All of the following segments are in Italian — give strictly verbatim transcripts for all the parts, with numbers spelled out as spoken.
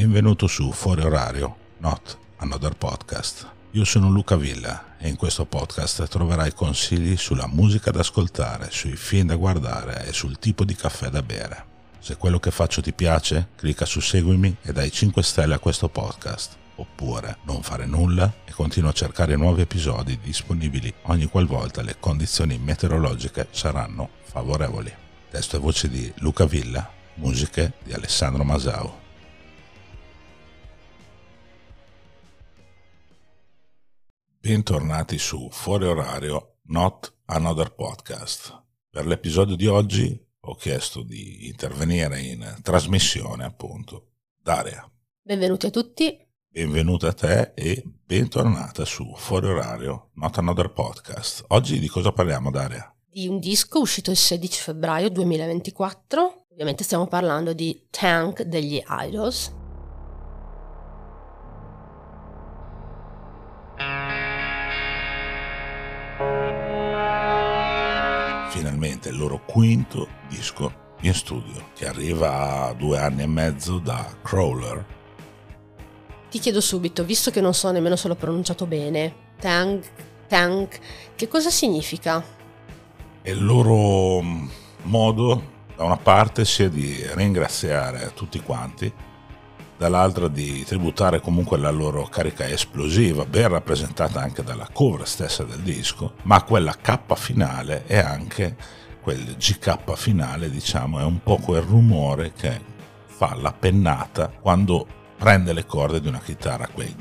Benvenuto su Fuori Orario, Not Another Podcast. Io sono Luca Villa e in questo podcast troverai consigli sulla musica da ascoltare, sui film da guardare e sul tipo di caffè da bere. Se quello che faccio ti piace, clicca su seguimi e dai cinque stelle a questo podcast. Oppure non fare nulla e continua a cercare nuovi episodi disponibili ogni qualvolta le condizioni meteorologiche saranno favorevoli. Testo e voce di Luca Villa, musiche di Alessandro Masao. Bentornati su Fuori Orario, Not Another Podcast. Per l'episodio di oggi ho chiesto di intervenire in trasmissione, appunto, Daria. Benvenuti a tutti. Benvenuta a te e bentornata su Fuori Orario, Not Another Podcast. Oggi di cosa parliamo, Daria? Di un disco uscito il sedici febbraio duemilaventiquattro. Ovviamente stiamo parlando di Tank degli Idols. Finalmente il loro quinto disco in studio, che arriva a due anni e mezzo da Crawler. Ti chiedo subito, visto che non so nemmeno se l'ho pronunciato bene, Tank, Tank, che cosa significa? E il loro modo, da una parte, sia di ringraziare tutti quanti, dall'altra di tributare comunque la loro carica esplosiva, ben rappresentata anche dalla cover stessa del disco, ma quella K finale e anche quel G K finale, diciamo, è un po' quel rumore che fa la pennata quando prende le corde di una chitarra, quei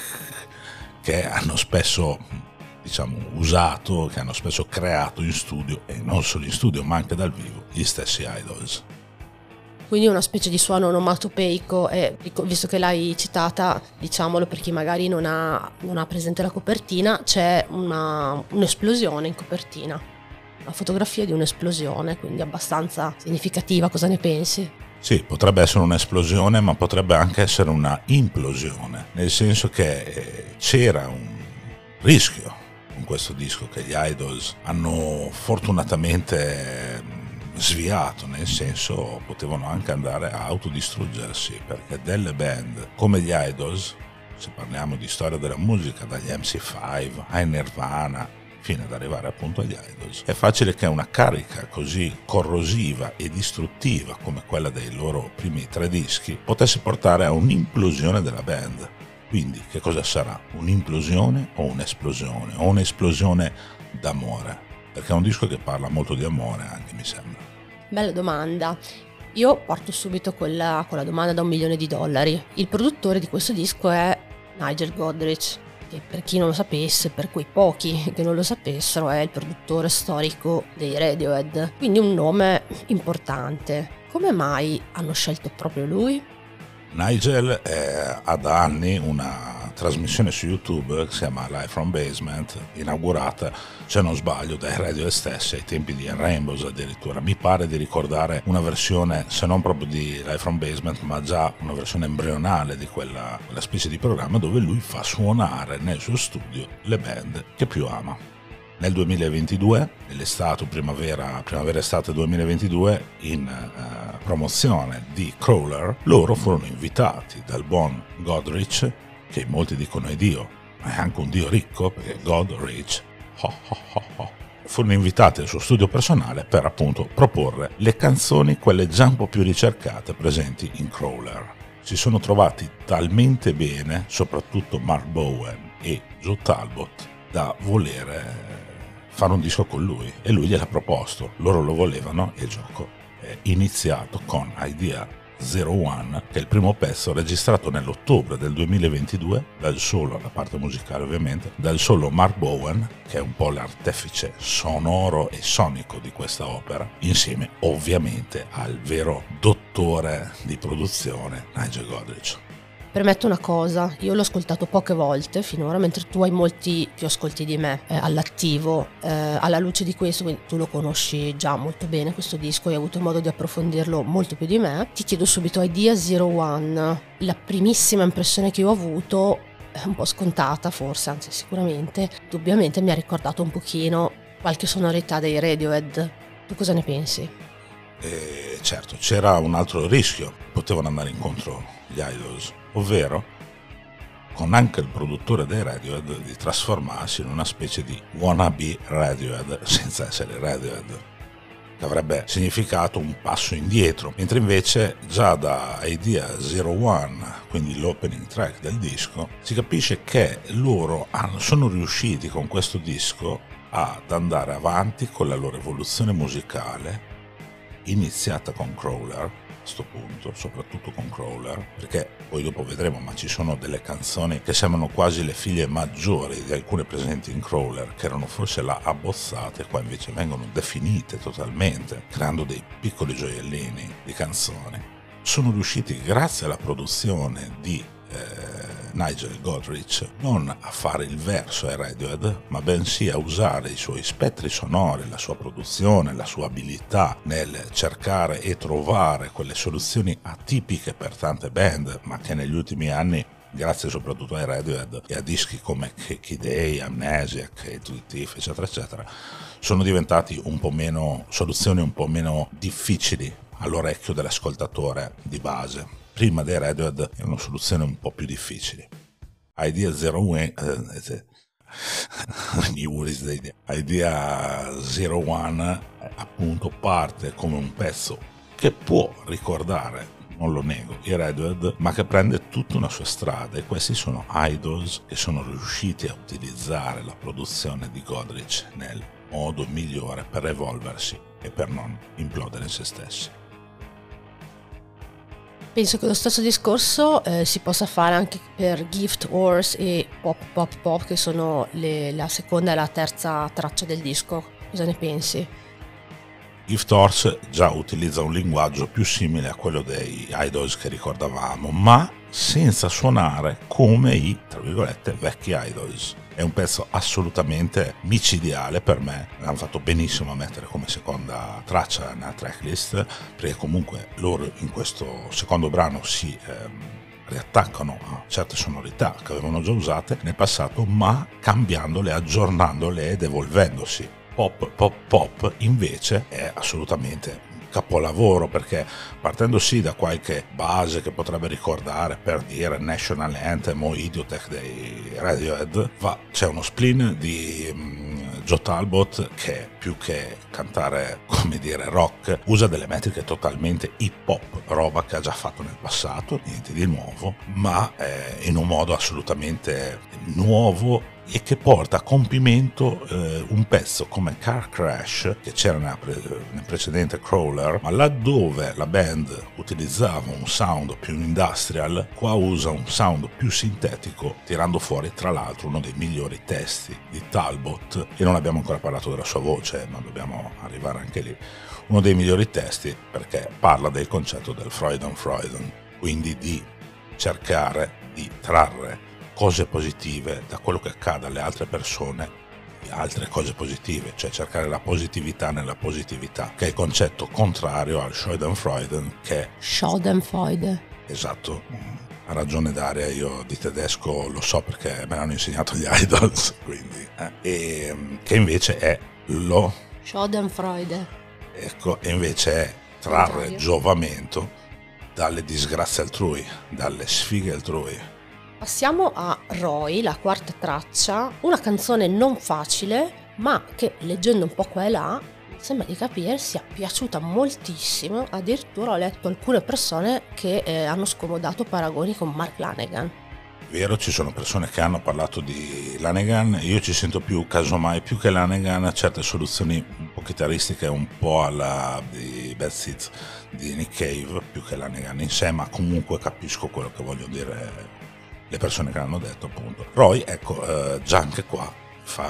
che hanno spesso, diciamo, usato, che hanno spesso creato in studio, e non solo in studio ma anche dal vivo, gli stessi Idols. Quindi una specie di suono onomatopeico, e visto che l'hai citata, diciamolo per chi magari non ha, non ha presente la copertina, c'è una, un'esplosione in copertina, una fotografia di un'esplosione, quindi abbastanza significativa. Cosa ne pensi? Sì, potrebbe essere un'esplosione, ma potrebbe anche essere una implosione, nel senso che c'era un rischio con questo disco che gli Idols hanno fortunatamente sviato, nel senso potevano anche andare a autodistruggersi, perché delle band come gli Idols, se parliamo di storia della musica, dagli M C cinque ai Nirvana fino ad arrivare appunto agli Idols, è facile che una carica così corrosiva e distruttiva come quella dei loro primi tre dischi potesse portare a un'implosione della band. Quindi che cosa sarà? Un'implosione o un'esplosione? O un'esplosione d'amore? Perché è un disco che parla molto di amore anche, mi sembra. Bella domanda. Io parto subito con la, con la domanda da un milione di dollari. Il produttore di questo disco è Nigel Godrich, che per chi non lo sapesse, per quei pochi che non lo sapessero, è il produttore storico dei Radiohead, quindi un nome importante. Come mai hanno scelto proprio lui? Nigel è, ha da anni una trasmissione su YouTube che si chiama Live from Basement, inaugurata, se non sbaglio, dai Radiohead stessi ai tempi di Rainbows addirittura. Mi pare di ricordare una versione, se non proprio di Live from Basement, ma già una versione embrionale di quella, quella specie di programma dove lui fa suonare nel suo studio le band che più ama. Nel duemilaventidue, nell'estate, primavera, primavera-estate duemilaventidue, in uh, promozione di Crawler, loro furono invitati dal buon Godrich, che molti dicono è Dio, ma è anche un Dio ricco, perché Godrich, ho, ho, ho, ho. furono invitati al suo studio personale per appunto proporre le canzoni, quelle già un po' più ricercate, presenti in Crawler. Si sono trovati talmente bene, soprattutto Mark Bowen e Joe Talbot, da volere fare un disco con lui, e lui gliel'ha proposto. Loro lo volevano e il gioco è iniziato con Idea zero uno, che è il primo pezzo registrato nell'ottobre del duemilaventidue dal solo, la parte musicale ovviamente, dal solo Mark Bowen, che è un po' l'artefice sonoro e sonico di questa opera, insieme ovviamente al vero dottore di produzione Nigel Godrich. Permetto una cosa, io l'ho ascoltato poche volte finora, mentre tu hai molti più ascolti di me eh, all'attivo. Eh, alla luce di questo, quindi tu lo conosci già molto bene questo disco e hai avuto modo di approfondirlo molto più di me. Ti chiedo subito, Idea zero uno, la primissima impressione che io ho avuto è un po' scontata forse, anzi sicuramente, indubbiamente mi ha ricordato un pochino qualche sonorità dei Radiohead. Tu cosa ne pensi? E certo, c'era un altro rischio, potevano andare incontro gli Idols, ovvero con anche il produttore dei Radiohead di trasformarsi in una specie di wannabe Radiohead senza essere Radiohead, che avrebbe significato un passo indietro, mentre invece già da Idea zero one, quindi l'opening track del disco, si capisce che loro hanno, sono riusciti con questo disco ad andare avanti con la loro evoluzione musicale, iniziata con Crawler a questo punto, soprattutto con Crawler, perché poi dopo vedremo, ma ci sono delle canzoni che sembrano quasi le figlie maggiori di alcune presenti in Crawler, che erano forse là abbozzate, qua invece vengono definite totalmente, creando dei piccoli gioiellini di canzoni. Sono riusciti, grazie alla produzione di eh, Nigel Godrich, non a fare il verso ai Radiohead, ma bensì a usare i suoi spettri sonori, la sua produzione, la sua abilità nel cercare e trovare quelle soluzioni atipiche per tante band, ma che negli ultimi anni, grazie soprattutto ai Radiohead e a dischi come Key Day, Amnesiac, e tutti, eccetera eccetera, sono diventati un po' meno soluzioni un po' meno difficili all'orecchio dell'ascoltatore di base. Prima dei Radiohead erano soluzioni un po' più difficili. Idea zero one, eh, Idea zero one appunto parte come un pezzo che può ricordare, non lo nego, i Radiohead, ma che prende tutta una sua strada, e questi sono Idols che sono riusciti a utilizzare la produzione di Godrich nel modo migliore per evolversi e per non implodere in se stessi. Penso che lo stesso discorso eh, si possa fare anche per Gift Horse e Pop Pop Pop, che sono le, la seconda e la terza traccia del disco. Cosa ne pensi? Gift Horse già utilizza un linguaggio più simile a quello dei Idols che ricordavamo, ma senza suonare come i, tra virgolette, vecchi Idols. È un pezzo assolutamente micidiale per me, l'hanno fatto benissimo a mettere come seconda traccia nella tracklist, perché comunque loro in questo secondo brano si ehm, riattaccano a certe sonorità che avevano già usate nel passato, ma cambiandole, aggiornandole ed evolvendosi. Pop Pop Pop invece è assolutamente capolavoro, perché partendo sì da qualche base che potrebbe ricordare, per dire, National Anthem o Idiotech dei Radiohead, va, c'è uno spleen di um, Joe Talbot che più che cantare, come dire, rock, usa delle metriche totalmente hip hop, roba che ha già fatto nel passato, niente di nuovo, ma eh, in un modo assolutamente nuovo, e che porta a compimento eh, un pezzo come Car Crash che c'era nella pre- nel precedente Crawler, ma laddove la band utilizzava un sound più industrial, qua usa un sound più sintetico, tirando fuori tra l'altro uno dei migliori testi di Talbot, e non abbiamo ancora parlato della sua voce, ma dobbiamo arrivare anche lì. Uno dei migliori testi perché parla del concetto del Freuden Freuden, quindi di cercare di trarre cose positive da quello che accade alle altre persone, altre cose positive, cioè cercare la positività nella positività, che è il concetto contrario al Schadenfreude, che è Schadenfreude. Esatto, ha ragione Daria, io di tedesco lo so perché me l'hanno insegnato gli Idols, quindi eh, e che invece è lo Schadenfreude, ecco, e invece è trarre giovamento dalle disgrazie altrui, dalle sfighe altrui. Passiamo a Roy, la quarta traccia, una canzone non facile, ma che leggendo un po' qua e là sembra di capire sia piaciuta moltissimo. Addirittura ho letto alcune persone che eh, hanno scomodato paragoni con Mark Lanegan. Vero, ci sono persone che hanno parlato di Lanegan, io ci sento più, casomai, più che Lanegan, certe soluzioni un po' chitarristiche, un po' alla di Bad Seeds di Nick Cave, più che Lanegan in sé, ma comunque capisco quello che voglio dire le persone che l'hanno detto, appunto. Roy, ecco, eh, già anche qua fa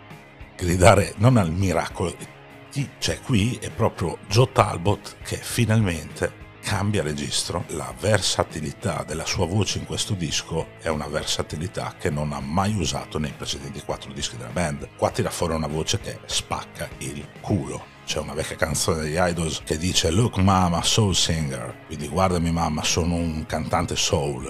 gridare non al miracolo, chi c'è qui è proprio Joe Talbot che finalmente cambia registro. La versatilità della sua voce in questo disco è una versatilità che non ha mai usato nei precedenti quattro dischi della band. Qua tira fuori una voce che spacca il culo. C'è una vecchia canzone degli Idols che dice "Look mama, soul singer", quindi guardami mamma, sono un cantante soul.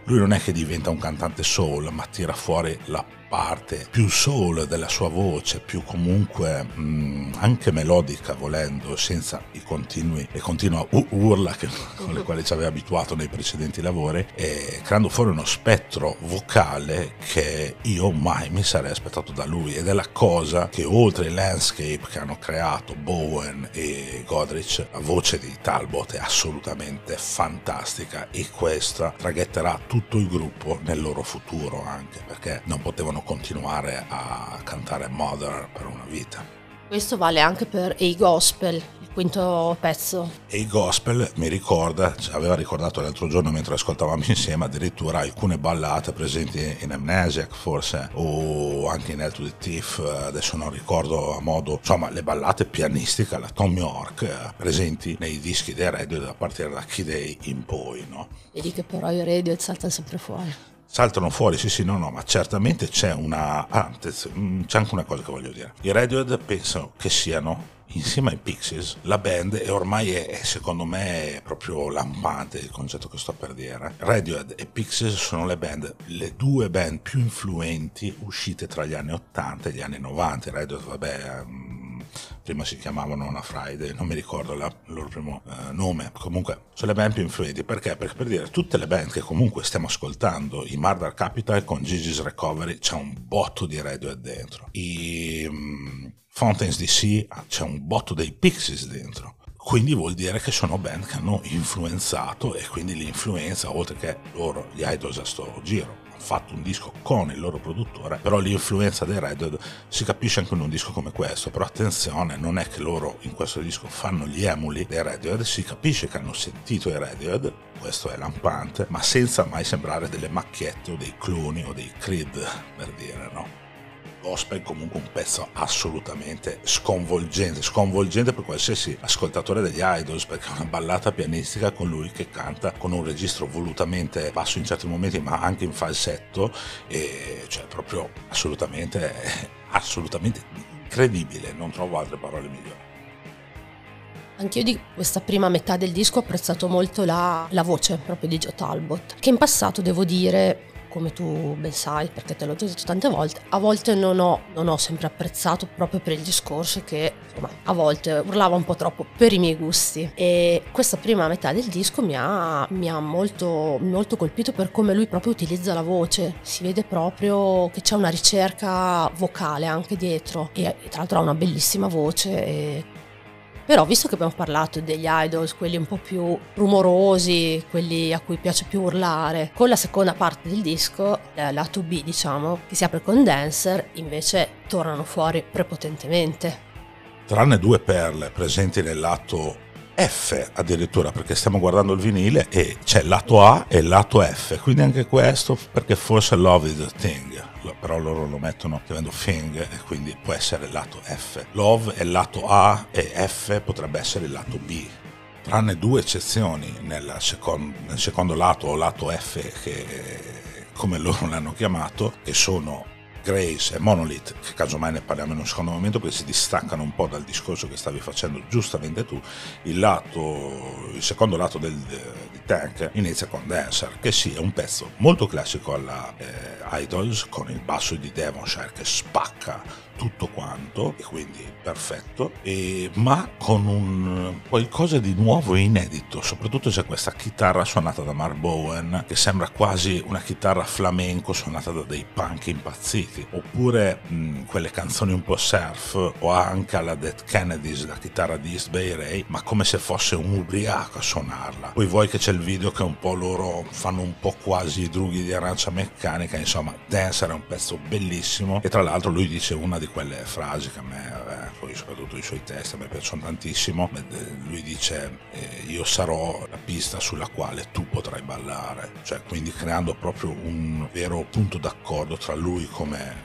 lui non è che diventa un cantante soul, ma tira fuori la parte più soul della sua voce, più comunque mh, anche melodica volendo, senza i continui e continua u- urla che, con le quali ci aveva abituato nei precedenti lavori, e creando fuori uno spettro vocale che io mai mi sarei aspettato da lui, ed è la cosa che oltre il landscape che hanno creato Bowen e Godrich, la voce di Talbot è assolutamente fantastica, e questa traghetterà tutto il gruppo nel loro futuro, anche perché non potevano continuare a cantare Mother per una vita. Questo vale anche per A Gospel, il quinto pezzo. A Gospel mi ricorda, ci aveva ricordato l'altro giorno mentre ascoltavamo insieme, addirittura alcune ballate presenti in Amnesiac forse, o anche in Hell to the Thief, adesso non ricordo a modo, insomma le ballate pianistiche alla Tom York presenti nei dischi dei Radiohead a partire da Key Day in poi, no? Vedi che però i Radiohead saltano sempre fuori. Saltano fuori, sì sì, no no, ma certamente c'è una... Ah, c'è anche una cosa che voglio dire. I Radiohead penso che siano, insieme ai Pixies, la band, e ormai è, secondo me, è proprio lampante il concetto che sto per dire. Radiohead e Pixies sono le band, le due band più influenti uscite tra gli anni ottanta e gli anni novanta. Radiohead, vabbè... Um, prima si chiamavano Una Friday, non mi ricordo la, il loro primo eh, nome, comunque sono le band più influenti. Perché? Perché per dire, tutte le band che comunque stiamo ascoltando, i Murder Capital con Gigi's Recovery c'è un botto di Radiohead dentro, i um, Fountains D C c'è un botto dei Pixies dentro, quindi vuol dire che sono band che hanno influenzato, e quindi l'influenza, oltre che loro, gli Idols a sto giro fatto un disco con il loro produttore, però l'influenza dei Radiohead si capisce anche in un disco come questo. Però attenzione, non è che loro in questo disco fanno gli emuli dei Radiohead, si capisce che hanno sentito i Radiohead, questo è lampante, ma senza mai sembrare delle macchiette o dei cloni o dei Creed, per dire, no? Gospel comunque un pezzo assolutamente sconvolgente, sconvolgente per qualsiasi ascoltatore degli Idols, perché è una ballata pianistica con lui che canta con un registro volutamente basso in certi momenti, ma anche in falsetto, e cioè proprio assolutamente, assolutamente incredibile, non trovo altre parole migliori. Anch'io di questa prima metà del disco ho apprezzato molto la, la voce proprio di Joe Talbot, che in passato, devo dire, come tu ben sai, perché te l'ho già detto tante volte, a volte non ho, non ho sempre apprezzato, proprio per il discorso che, insomma, a volte urlava un po' troppo per i miei gusti. E questa prima metà del disco mi ha, mi ha molto, molto colpito per come lui proprio utilizza la voce. Si vede proprio che c'è una ricerca vocale anche dietro, e tra l'altro ha una bellissima voce. E... Però, visto che abbiamo parlato degli Idols, quelli un po' più rumorosi, quelli a cui piace più urlare, con la seconda parte del disco, la lato B diciamo, che si apre con Dancer, invece tornano fuori prepotentemente. Tranne due perle presenti nel lato F addirittura, perché stiamo guardando il vinile e c'è il lato A e il lato F, quindi anche questo, perché forse Love is a Thing, però loro lo mettono chiamando Thing e quindi può essere il lato F. Love è il lato A e F potrebbe essere il lato B, tranne due eccezioni nel secondo, nel secondo lato o lato F, che come loro l'hanno chiamato, che sono Grace e Monolith, che casomai ne parliamo in un secondo momento, perché si distaccano un po' dal discorso che stavi facendo giustamente tu. Il lato, il secondo lato del, di Tank inizia con Dancer, che sì, è un pezzo molto classico alla eh, Idols, con il basso di Devonshire che spacca tutto quanto, e quindi perfetto, e, ma con un qualcosa di nuovo e inedito. Soprattutto c'è questa chitarra suonata da Mark Bowen, che sembra quasi una chitarra flamenco suonata da dei punk impazziti, oppure mh, quelle canzoni un po' surf, o anche alla Dead Kennedys, la chitarra di East Bay Ray, ma come se fosse un ubriaco a suonarla. Poi vuoi che c'è il video che un po' loro fanno un po' quasi i drughi di Arancia Meccanica. Insomma, Dancer è un pezzo bellissimo, e tra l'altro lui dice una di quelle frasi che a me, vabbè, poi soprattutto i suoi testi a me piacciono tantissimo. Lui dice eh, io sarò la pista sulla quale tu potrai ballare, cioè quindi creando proprio un vero punto d'accordo tra lui come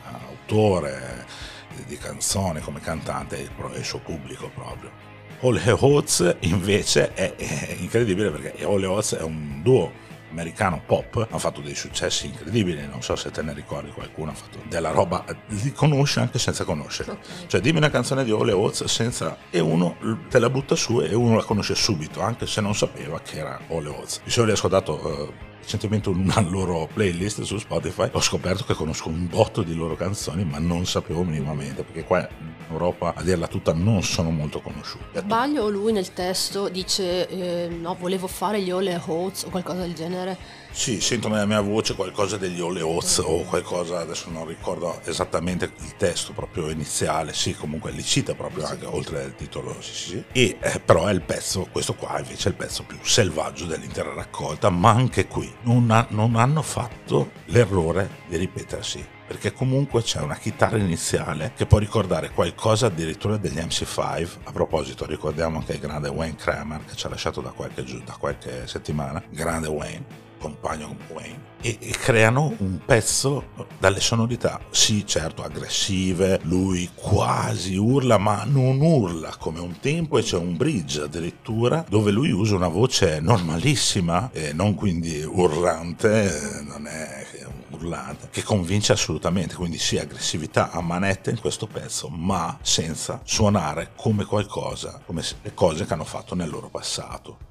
autore di canzoni, come cantante, e il, il suo pubblico proprio. All the Oates invece è, è incredibile, perché All the Oates è un duo americano pop, hanno fatto dei successi incredibili, non so se te ne ricordi qualcuno, ha fatto della roba, li conosci anche senza conoscere, okay. Cioè dimmi una canzone di All the Oates senza, e uno te la butta su e uno la conosce subito, anche se non sapeva che era All the Oates. Mi sono riascoltato uh, recentemente una loro playlist su Spotify, ho scoperto che conosco un botto di loro canzoni, ma non sapevo minimamente, perché qua in Europa, a dirla tutta, non sono molto conosciute. Sbaglio, lui nel testo dice eh, no, volevo fare gli Ole Oats o qualcosa del genere. Sì, sento nella mia voce qualcosa degli Ole Oats o qualcosa, adesso non ricordo esattamente il testo proprio iniziale, sì, comunque li cita proprio anche oltre il titolo, sì, sì, sì. E eh, però è il pezzo, questo qua invece è il pezzo più selvaggio dell'intera raccolta, ma anche qui non, ha, non hanno fatto l'errore di ripetersi, perché comunque c'è una chitarra iniziale che può ricordare qualcosa addirittura degli M C cinque. A proposito, ricordiamo anche il grande Wayne Kramer che ci ha lasciato da qualche, da qualche settimana, grande Wayne, compagno con Wayne, e, e creano un pezzo dalle sonorità, sì certo aggressive, lui quasi urla ma non urla come un tempo, e c'è un bridge addirittura dove lui usa una voce normalissima e non quindi urlante, non è urlante, che convince assolutamente, quindi sì, aggressività a manette in questo pezzo, ma senza suonare come qualcosa, come le cose che hanno fatto nel loro passato.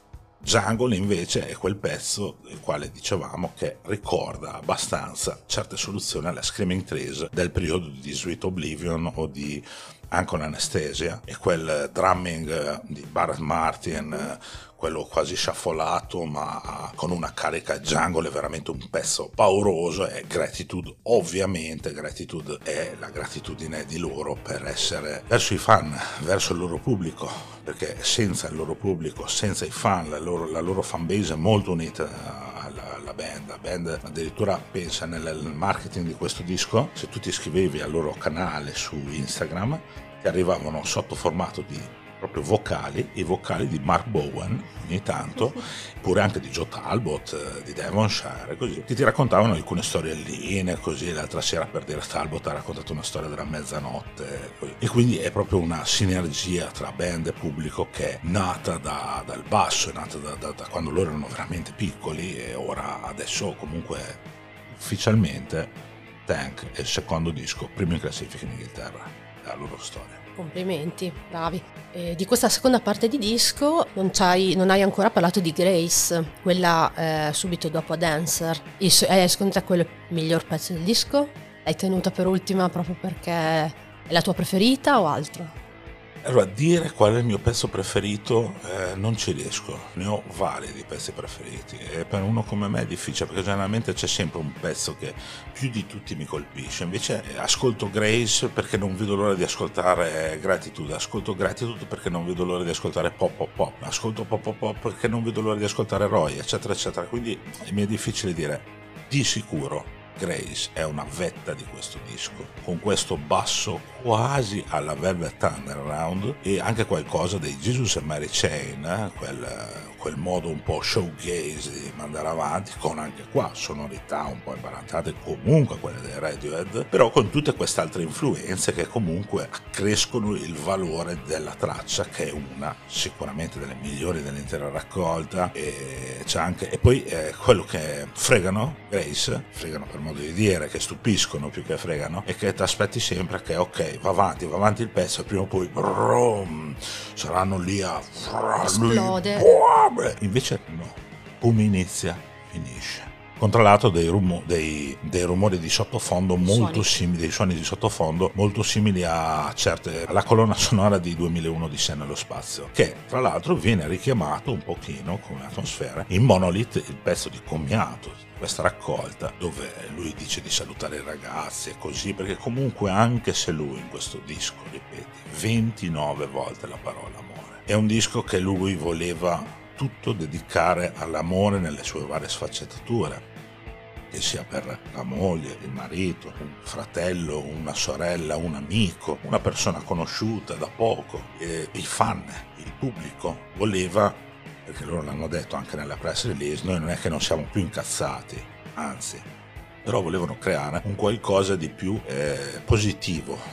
Jungle invece è quel pezzo del quale dicevamo che ricorda abbastanza certe soluzioni alla Screaming Trees del periodo di Sweet Oblivion o di Ancon Anesthesia, e quel drumming di Barrett Martin, quello quasi sciaffolato ma con una carica. Jungle è veramente un pezzo pauroso, e Gratitude, ovviamente Gratitude è la gratitudine di loro per essere verso i fan, verso il loro pubblico, perché senza il loro pubblico, senza i fan, la loro, la loro fanbase è molto unita alla, alla band. La band addirittura pensa nel marketing di questo disco, se tu ti iscrivevi al loro canale su Instagram ti arrivavano sotto formato di proprio vocali, i vocali di Mark Bowen ogni tanto, pure anche di Joe Talbot, di Devonshire, così, che ti raccontavano alcune storielline, così. L'altra sera, per dire, Talbot ha raccontato una storia della mezzanotte, così. E quindi è proprio una sinergia tra band e pubblico che è nata da, dal basso, è nata da, da, da quando loro erano veramente piccoli, e ora adesso comunque ufficialmente Tank è il secondo disco primo in classifica in Inghilterra, la loro storia. Complimenti, bravi. Eh, di questa seconda parte di disco non, c'hai, non hai ancora parlato di Grace, quella eh, subito dopo Dancer. Il, eh, secondo te quello è il miglior pezzo del disco? L'hai tenuta per ultima proprio perché è la tua preferita o altro? Allora, dire qual è il mio pezzo preferito eh, non ci riesco, ne ho vari di pezzi preferiti, e per uno come me è difficile, perché generalmente c'è sempre un pezzo che più di tutti mi colpisce. Invece eh, ascolto Grace perché non vedo l'ora di ascoltare Gratitude, ascolto Gratitude perché non vedo l'ora di ascoltare Pop Pop Pop, ascolto Pop Pop Pop perché non vedo l'ora di ascoltare Roy, eccetera eccetera. Quindi mi è difficile dire. Di sicuro Grace è una vetta di questo disco, con questo basso quasi alla Velvet Underground, e anche qualcosa dei Jesus and Mary Chain, eh? quel, quel modo un po' showgaze di mandare avanti, con anche qua sonorità un po' imbarazzate, comunque quelle dei Radiohead, però con tutte queste altre influenze che comunque accrescono il valore della traccia, che è una sicuramente delle migliori dell'intera raccolta. E c'è anche, e poi eh, quello che fregano Grace, fregano per modo di dire, che stupiscono più che fregano, e che ti aspetti sempre che ok, va avanti, va avanti il pezzo, e prima o poi brum, saranno lì a esplode. Lui, invece no, come inizia, finisce. Controllato dei, rumo, dei, dei rumori di sottofondo molto suoni. simili, dei suoni di sottofondo molto simili a certe, alla colonna sonora di duemilauno di Sé nello spazio, che tra l'altro viene richiamato un pochino come atmosfera in Monolith, il pezzo di commiato di questa raccolta, dove lui dice di salutare i ragazzi e così, perché comunque anche se lui in questo disco ripete ventinove volte la parola amore, è un disco che lui voleva tutto dedicare all'amore nelle sue varie sfaccettature, che sia per la moglie, il marito, un fratello, una sorella, un amico, una persona conosciuta da poco, e i fan, il pubblico voleva, perché loro l'hanno detto anche nella press release, noi non è che non siamo più incazzati, anzi, però volevano creare un qualcosa di più eh, positivo,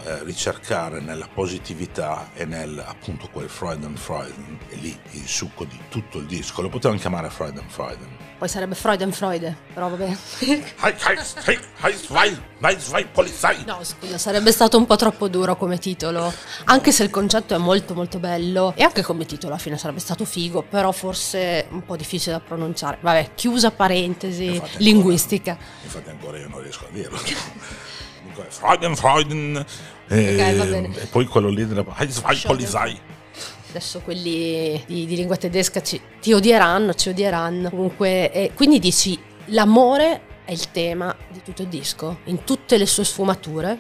eh, ricercare nella positività e nel appunto quel Freuden Freuden, e lì il succo di tutto il disco. Lo potevano chiamare Freuden Freuden. Poi sarebbe Freuden Freude, però vabbè. No, scusa, sarebbe stato un po' troppo duro come titolo, anche se il concetto è molto molto bello e anche come titolo alla fine sarebbe stato figo, però forse un po' difficile da pronunciare. Vabbè, chiusa parentesi infatti linguistica. Ancora, infatti ancora io non riesco a dirlo. Freuden Freuden e, okay, va bene. E poi quello lì della Polizei. Adesso quelli di, di lingua tedesca ci, ti odieranno, ci odieranno. Comunque, eh, quindi dici, l'amore è il tema di tutto il disco, in tutte le sue sfumature.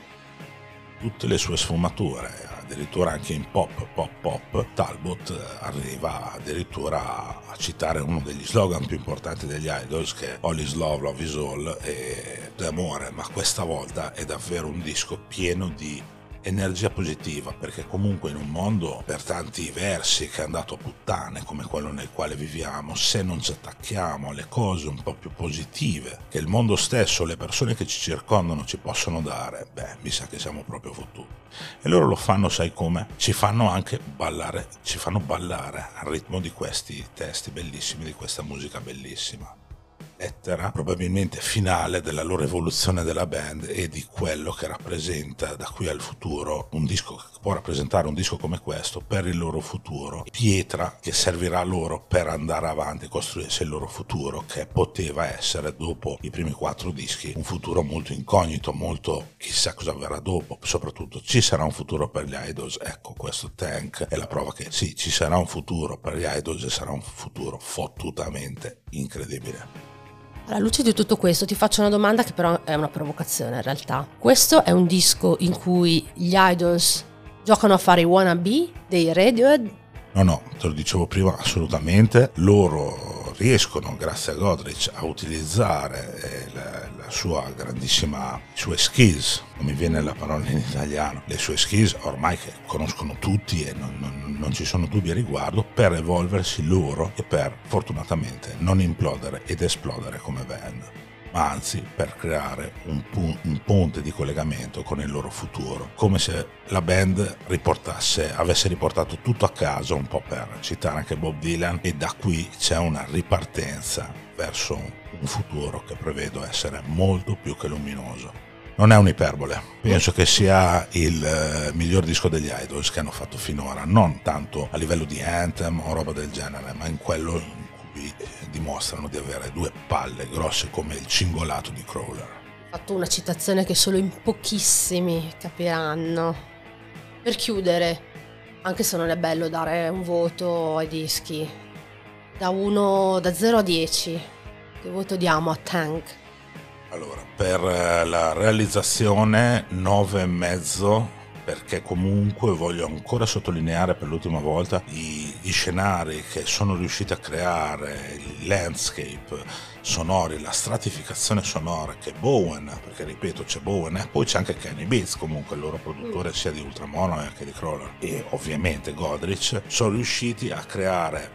Tutte le sue sfumature, addirittura anche in pop, pop, pop. Talbot arriva addirittura a citare uno degli slogan più importanti degli Idols, che è All is love, love is all, e d'amore, ma questa volta è davvero un disco pieno di energia positiva, perché comunque in un mondo per tanti versi che è andato a puttane come quello nel quale viviamo, se non ci attacchiamo alle cose un po' più positive che il mondo stesso, le persone che ci circondano ci possono dare, beh, mi sa che siamo proprio fottuti. E loro lo fanno, sai come? Ci fanno anche ballare, ci fanno ballare al ritmo di questi testi bellissimi, di questa musica bellissima. Lettera probabilmente finale della loro evoluzione della band e di quello che rappresenta da qui al futuro un disco, che può rappresentare un disco come questo per il loro futuro, pietra che servirà loro per andare avanti e costruirsi il loro futuro, che poteva essere, dopo i primi quattro dischi, un futuro molto incognito, molto chissà cosa avverrà dopo. Soprattutto, ci sarà un futuro per gli Idols? Ecco, questo Tank è la prova che sì, ci sarà un futuro per gli Idols e sarà un futuro fottutamente incredibile. Alla luce di tutto questo ti faccio una domanda che però è una provocazione in realtà. Questo è un disco in cui gli Idols giocano a fare i wannabe dei Radiohead? No, no, te lo dicevo prima, assolutamente. Loro riescono, grazie a Godrich, a utilizzare la, la sua grandissima, le sue skills, non mi viene la parola in italiano, le sue skills ormai che conoscono tutti e non, non, non ci sono dubbi a riguardo, per evolversi loro e per, fortunatamente, non implodere ed esplodere come band, ma anzi per creare un, pu- un ponte di collegamento con il loro futuro, come se la band riportasse, avesse riportato tutto a casa, un po' per citare anche Bob Dylan, e da qui c'è una ripartenza verso un futuro che prevedo essere molto più che luminoso. Non è un'iperbole, penso che sia il eh, miglior disco degli Idols che hanno fatto finora, non tanto a livello di anthem o roba del genere, ma in quello in cui dimostrano di avere due palle grosse come il cingolato di Crawler. Ho fatto una citazione che solo in pochissimi capiranno. Per chiudere, anche se non è bello dare un voto ai dischi, da uno, da zero a dieci, che voto diamo a Tank? Allora, per la realizzazione nove e mezzo, perché comunque voglio ancora sottolineare per l'ultima volta gli, gli scenari che sono riusciti a creare, il landscape sonori, la stratificazione sonora che Bowen, perché ripeto c'è Bowen e poi c'è anche Kenny Beats, comunque il loro produttore sia di Ultramono e anche di Crawler, e ovviamente Godrich, sono riusciti a creare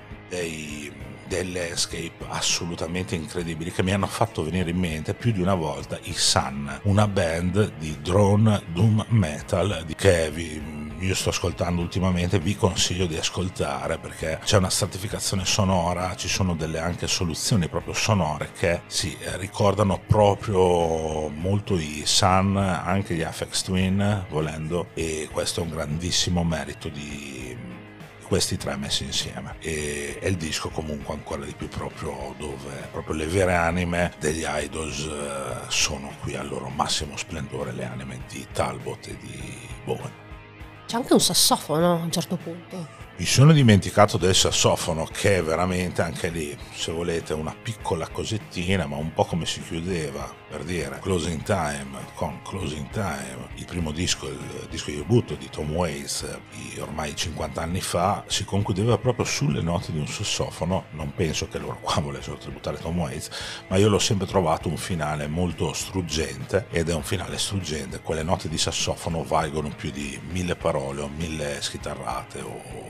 dei delle landscape assolutamente incredibili che mi hanno fatto venire in mente più di una volta i Sun, una band di drone doom metal che vi, io sto ascoltando ultimamente, vi consiglio di ascoltare perché c'è una stratificazione sonora, ci sono delle anche soluzioni proprio sonore che si ricordano proprio molto i Sun, anche gli Aphex Twin volendo, e questo è un grandissimo merito di questi tre messi insieme, e è il disco comunque ancora di più proprio dove proprio le vere anime degli Idols eh, sono qui al loro massimo splendore, le anime di Talbot e di Bowen. C'è anche un sassofono a un certo punto. Mi sono dimenticato del sassofono, che è veramente anche lì, se volete, una piccola cosettina, ma un po' come si chiudeva, per dire, Closing Time, con Closing Time, il primo disco, il disco di debutto di Tom Waits, di ormai cinquanta anni fa, si concludeva proprio sulle note di un sassofono. Non penso che loro qua volessero tributare Tom Waits, ma io l'ho sempre trovato un finale molto struggente, ed è un finale struggente, quelle note di sassofono valgono più di mille parole o mille schitarrate o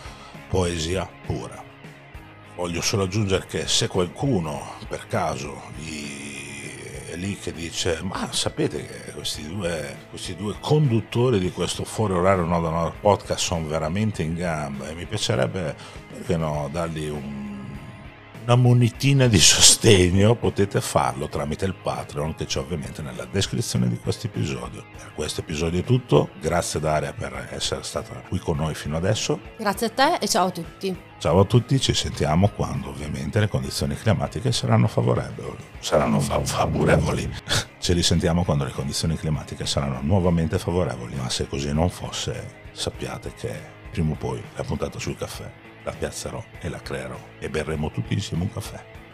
poesia pura. Voglio solo aggiungere che se qualcuno per caso gli è lì che dice: ma sapete che questi due, questi due conduttori di questo Fuori Orario No da No podcast sono veramente in gamba, e mi piacerebbe, perché no, dargli un una monetina di sostegno. Potete farlo tramite il Patreon che c'è ovviamente nella descrizione di questo episodio. Per questo episodio è tutto, grazie Daria per essere stata qui con noi fino adesso. Grazie a te e ciao a tutti. Ciao a tutti, ci sentiamo quando ovviamente le condizioni climatiche saranno favorevoli. Saranno fa- favorevoli. Ci risentiamo quando le condizioni climatiche saranno nuovamente favorevoli, ma se così non fosse, sappiate che prima o poi la puntata sul caffè la piazzerò e la creerò e berremo tutti insieme un caffè.